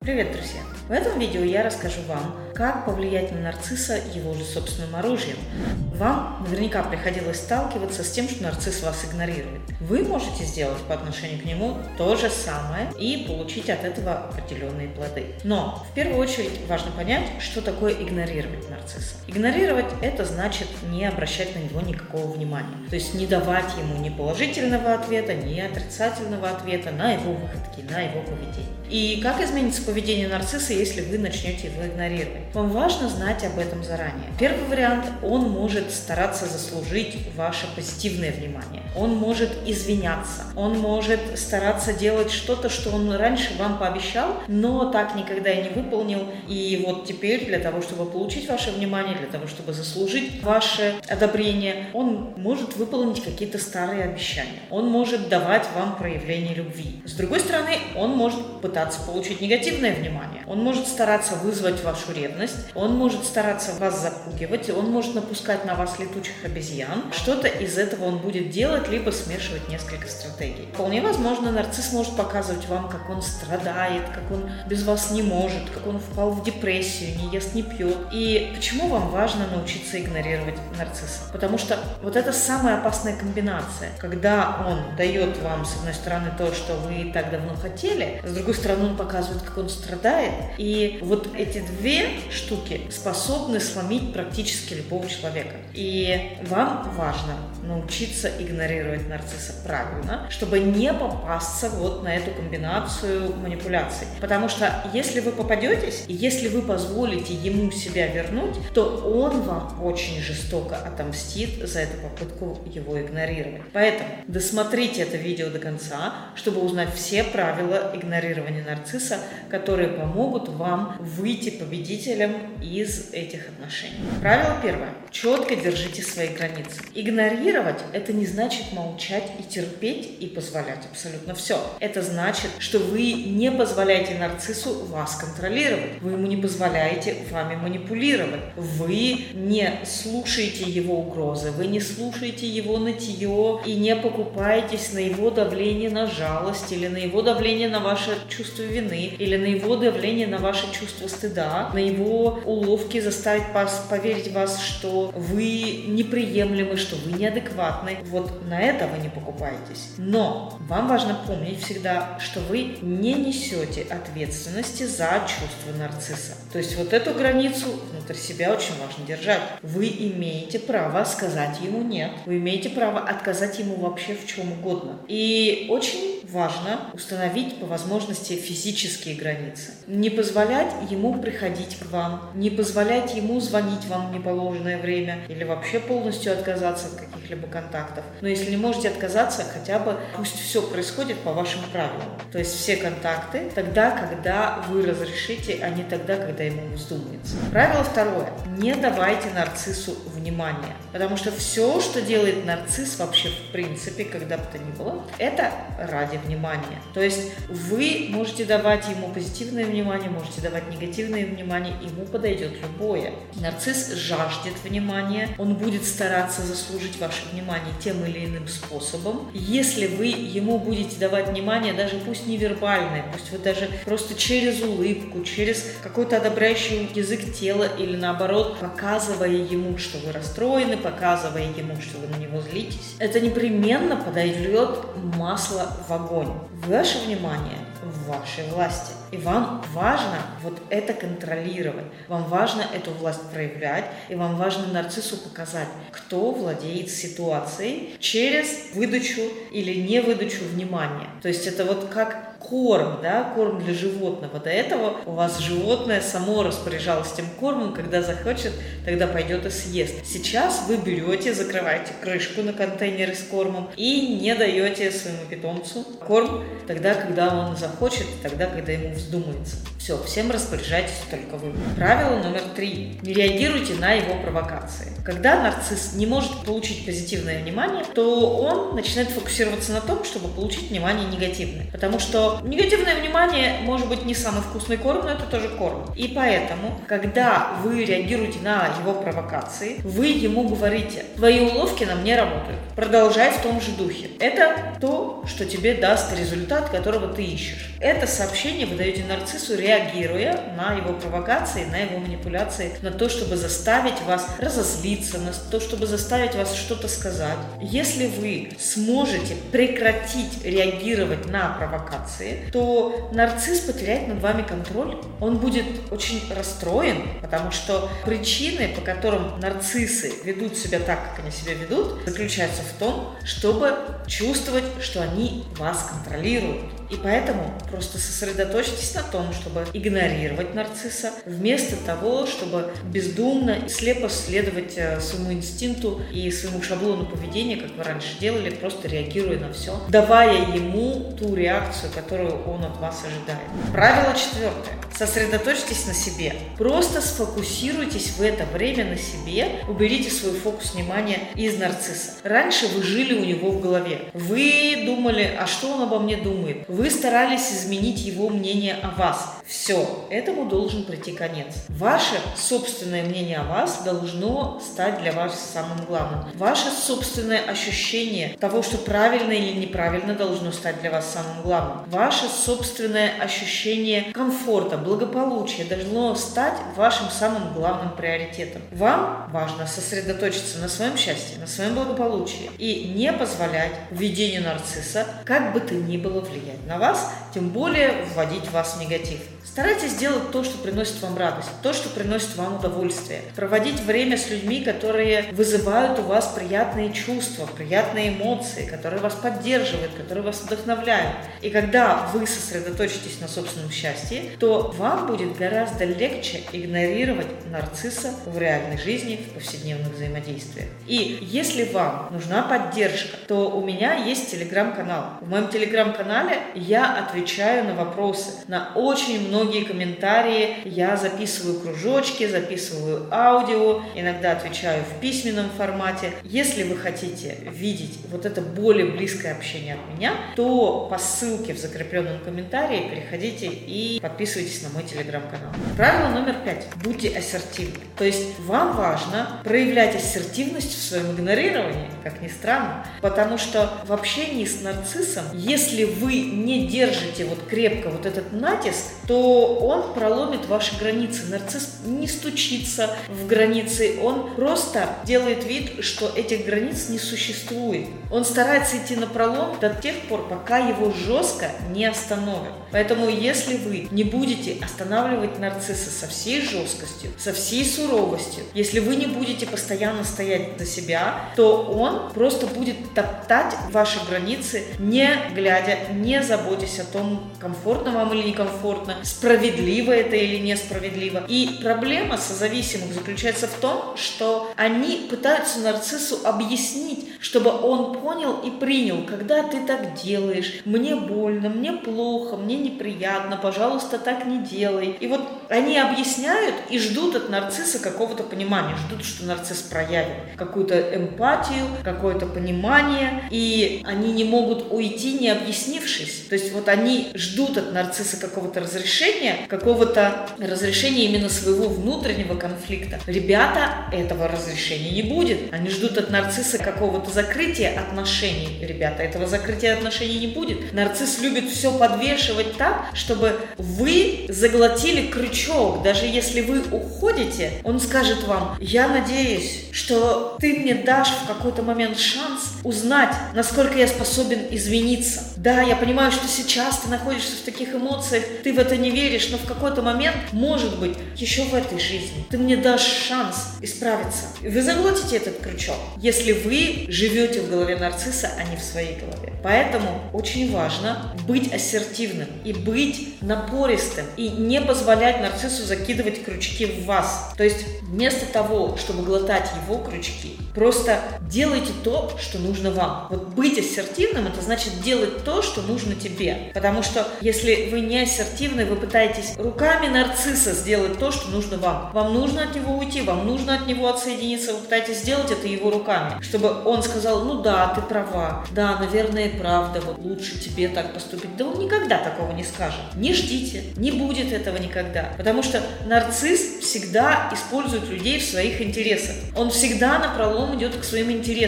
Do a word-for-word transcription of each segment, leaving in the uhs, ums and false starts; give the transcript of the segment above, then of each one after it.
Привет, друзья! В этом видео я расскажу вам, как повлиять на нарцисса его же собственным оружием. Вам наверняка приходилось сталкиваться с тем, что нарцисс вас игнорирует. Вы можете сделать по отношению к нему то же самое и получить от этого определенные плоды. Но в первую очередь важно понять, что такое игнорировать нарцисса. Игнорировать – это значит не обращать на него никакого внимания. То есть не давать ему ни положительного ответа, ни отрицательного ответа на его выходки, на его поведение. И как изменится поведение нарцисса, если вы начнете его игнорировать? Вам важно знать об этом заранее. Первый вариант – он может стараться заслужить ваше позитивное внимание. Он может извиняться. Он может стараться делать что-то, что он раньше вам пообещал, но так никогда и не выполнил. И вот теперь для того, чтобы получить ваше внимание, для того, чтобы заслужить ваше одобрение, он может выполнить какие-то старые обещания. Он может давать вам проявление любви. С другой стороны, он может пытаться получить негативное внимание. Он может стараться вызвать вашу ревность. Он может стараться вас запугивать. Он может напускать на вас летучих обезьян. Что-то из этого он будет делать, либо смешивать несколько стратегий. Вполне возможно, нарцисс может показывать вам, как он страдает, как он без вас не может, как он впал в депрессию, не ест, не пьет. И почему вам важно научиться игнорировать нарцисса? Потому что вот это самая опасная комбинация. Когда он дает вам, с одной стороны, то, что вы так давно хотели, с другой стороны, он показывает, как он страдает. И вот эти две штуки способны сломить практически любого человека. И вам важно научиться игнорировать нарцисса правильно, чтобы не попасться вот на эту комбинацию манипуляций. Потому что если вы попадетесь, и если вы позволите ему себя вернуть, то он вам очень жестоко отомстит за эту попытку его игнорировать. Поэтому досмотрите это видео до конца, чтобы узнать все правила игнорирования нарцисса, которые помогут вам выйти победителем из этих отношений. Правило первое. Четко держите свои границы. Игнорировать – это не значит молчать и терпеть и позволять абсолютно все. Это значит, что вы не позволяете нарциссу вас контролировать. Вы ему не позволяете вами манипулировать. Вы не слушаете его угрозы, вы не слушаете его нытье и не покупаетесь на его давление на жалость или на его давление на ваше чувство вины или на его давление на ваше чувство стыда, на его уловки заставить вас поверить в вас, что вы неприемлемы, что вы неадекватны. Вот на это вы не покупаетесь. Но вам важно помнить всегда, что вы не несете ответственности за чувства нарцисса. То есть вот эту границу внутри себя очень важно держать. Вы имеете право сказать ему нет. Вы имеете право отказать ему вообще в чем угодно. И очень важно установить по возможности физические границы. Не позволять ему приходить к вам, не позволять ему звонить вам в неположенное время или вообще полностью отказаться от каких-либо контактов. Но если не можете отказаться, хотя бы пусть все происходит по вашим правилам. То есть все контакты тогда, когда вы разрешите, а не тогда, когда ему вздумается. Правило второе. Не давайте нарциссу внимания. Потому что все, что делает нарцисс вообще в принципе, когда бы то ни было, это ради внимания. То есть вы можете давать ему позитивное внимание, можете давать негативное внимание, ему подойдет любое. Нарцисс жаждет внимания, он будет стараться заслужить ваше внимание тем или иным способом. Если вы ему будете давать внимание, даже пусть невербальное, пусть вот даже просто через улыбку, через какой-то одобряющий язык тела или наоборот, показывая ему, что вы расстроены, показывая ему, что вы на него злитесь, это непременно подойдет масло в огонь. Ваше внимание в вашей власти. И вам важно вот это контролировать. Вам важно эту власть проявлять. И вам важно нарциссу показать, кто владеет ситуацией через выдачу или не выдачу внимания. То есть это вот как корм, да, корм для животного. До этого у вас животное само распоряжалось тем кормом, когда захочет, тогда пойдет и съест. Сейчас вы берете, закрываете крышку на контейнере с кормом и не даете своему питомцу корм тогда, когда он захочет, тогда, когда ему вздумается. Все, всем распоряжайтесь только вы. Правило номер три. Не реагируйте на его провокации. Когда нарцисс не может получить позитивное внимание, то он начинает фокусироваться на том, чтобы получить внимание негативное. Потому что негативное внимание может быть не самый вкусный корм, но это тоже корм. И поэтому, когда вы реагируете на его провокации, вы ему говорите: твои уловки на мне работают. Продолжай в том же духе. Это то, что тебе даст результат, которого ты ищешь. Это сообщение выдает даете нарциссу, реагируя на его провокации, на его манипуляции, на то, чтобы заставить вас разозлиться, на то, чтобы заставить вас что-то сказать. Если вы сможете прекратить реагировать на провокации, то нарцисс потеряет над вами контроль. Он будет очень расстроен, потому что причины, по которым нарциссы ведут себя так, как они себя ведут, заключаются в том, чтобы чувствовать, что они вас контролируют. И поэтому просто сосредоточьтесь на том, чтобы игнорировать нарцисса, вместо того, чтобы бездумно и слепо следовать своему инстинкту и своему шаблону поведения, как вы раньше делали, просто реагируя на все, давая ему ту реакцию, которую он от вас ожидает. Правило четвертое. Сосредоточьтесь на себе. Просто сфокусируйтесь в это время на себе, уберите свой фокус внимания из нарцисса. Раньше вы жили у него в голове. Вы думали, а что он обо мне думает? Вы старались изменить его мнение о вас. Все, этому должен прийти конец. Ваше собственное мнение о вас должно стать для вас самым главным. Ваше собственное ощущение того, что правильно или неправильно, должно стать для вас самым главным. Ваше собственное ощущение комфорта, благополучия должно стать вашим самым главным приоритетом. Вам важно сосредоточиться на своем счастье, на своем благополучии и не позволять введению нарцисса, как бы то ни было, влиять на вас, тем более вводить вас в негатив. Старайтесь делать то, что приносит вам радость, то, что приносит вам удовольствие. Проводить время с людьми, которые вызывают у вас приятные чувства, приятные эмоции, которые вас поддерживают, которые вас вдохновляют. И когда вы сосредоточитесь на собственном счастье, то вам будет гораздо легче игнорировать нарцисса в реальной жизни, в повседневных взаимодействиях. И если вам нужна поддержка, то у меня есть телеграм-канал. В моем телеграм-канале я отвечаю на вопросы, на очень многие комментарии, я записываю кружочки, записываю аудио, иногда отвечаю в письменном формате. Если вы хотите видеть вот это более близкое общение от меня, то по ссылке в закрепленном комментарии переходите и подписывайтесь на мой телеграм-канал. Правило номер пять. Будьте ассертивны. То есть вам важно проявлять ассертивность в своем игнорировании, как ни странно, потому что в общении с нарциссом, если вы не держите вот крепко вот этот натиск, то он проломит ваши границы. Нарцисс не стучится в границы, он просто делает вид, что этих границ не существует. Он старается идти на пролом до тех пор, пока его жестко не остановят. Поэтому если вы не будете останавливать нарцисса со всей жесткостью, со всей суровостью, если вы не будете постоянно стоять за себя, то он просто будет топтать ваши границы, не глядя, не заботясь о том, комфортно вам или некомфортно, справедливо это или несправедливо. И проблема созависимых заключается в том, что они пытаются нарциссу объяснить, чтобы он понял и принял, когда ты так делаешь, мне больно, мне плохо, мне неприятно, пожалуйста, так не делай. И вот они объясняют и ждут от нарцисса какого-то понимания, ждут, что нарцисс проявит какую-то эмпатию, какое-то понимание, и они не могут уйти, не объяснившись. То есть вот они ждут от нарцисса какого-то разрешения, какого-то разрешения именно своего внутреннего конфликта. Ребята, этого разрешения не будет. Они ждут от нарцисса какого-то закрытия отношений. Ребята, этого закрытия отношений не будет. Нарцисс любит все подвешивать так, чтобы вы заглотили крючок. Даже если вы уходите, он скажет вам: я надеюсь, что ты мне дашь в какой-то момент шанс узнать, насколько я способен измениться. Да, я понимаю, что сейчас ты находишься в таких эмоциях, ты в это не веришь, но в какой-то момент, может быть, еще в этой жизни ты мне дашь шанс исправиться. Вы заглотите этот крючок, если вы живете в голове нарцисса, а не в своей голове. Поэтому очень важно быть ассертивным и быть напористым, и не позволять нарциссу закидывать крючки в вас. То есть вместо того, чтобы глотать его крючки, просто делайте то, что нужно вам. Вот быть ассертивным — это значит делать то, что нужно тебе. Потому что если вы не ассертивны, вы пытаетесь руками нарцисса сделать то, что нужно вам. Вам нужно от него уйти, вам нужно от него отсоединиться, вы пытаетесь сделать это его руками, чтобы он сказал: ну да, ты права, да, наверное, правда, вот лучше тебе так поступить. Да он никогда такого не скажет. Не ждите, не будет этого никогда. Потому что нарцисс всегда использует людей в своих интересах. Он всегда напролом идет к своим интересам.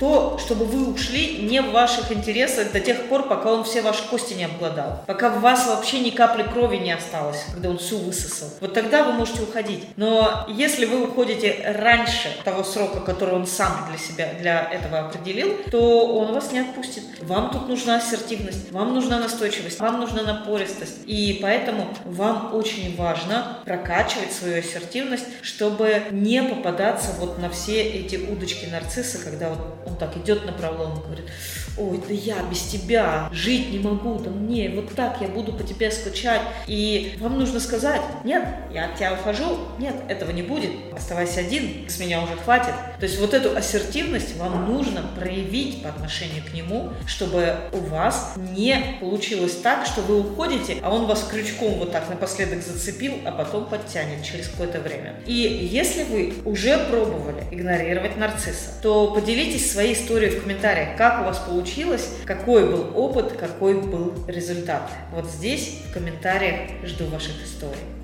то, чтобы вы ушли не в ваших интересах до тех пор, пока он все ваши кости не обглодал, пока в вас вообще ни капли крови не осталось, когда он всю высосал. Вот тогда вы можете уходить. Но если вы уходите раньше того срока, который он сам для себя, для этого определил, то он вас не отпустит. Вам тут нужна ассертивность, вам нужна настойчивость, вам нужна напористость. И поэтому вам очень важно прокачивать свою ассертивность, чтобы не попадаться вот на все эти удочки нарцисса, когда вот он так идет на пролом и говорит: ой, да я без тебя жить не могу, да мне вот так я буду по тебе скучать. И вам нужно сказать: нет, я от тебя ухожу, нет, этого не будет, оставайся один, с меня уже хватит. То есть вот эту ассертивность вам нужно проявить по отношению к нему, чтобы у вас не получилось так, что вы уходите, а он вас крючком вот так напоследок зацепил, а потом подтянет через какое-то время. И если вы уже пробовали игнорировать нарцисса, то поделитесь своей историей в комментариях, как у вас получилось, какой был опыт, какой был результат. Вот здесь в комментариях жду ваших историй.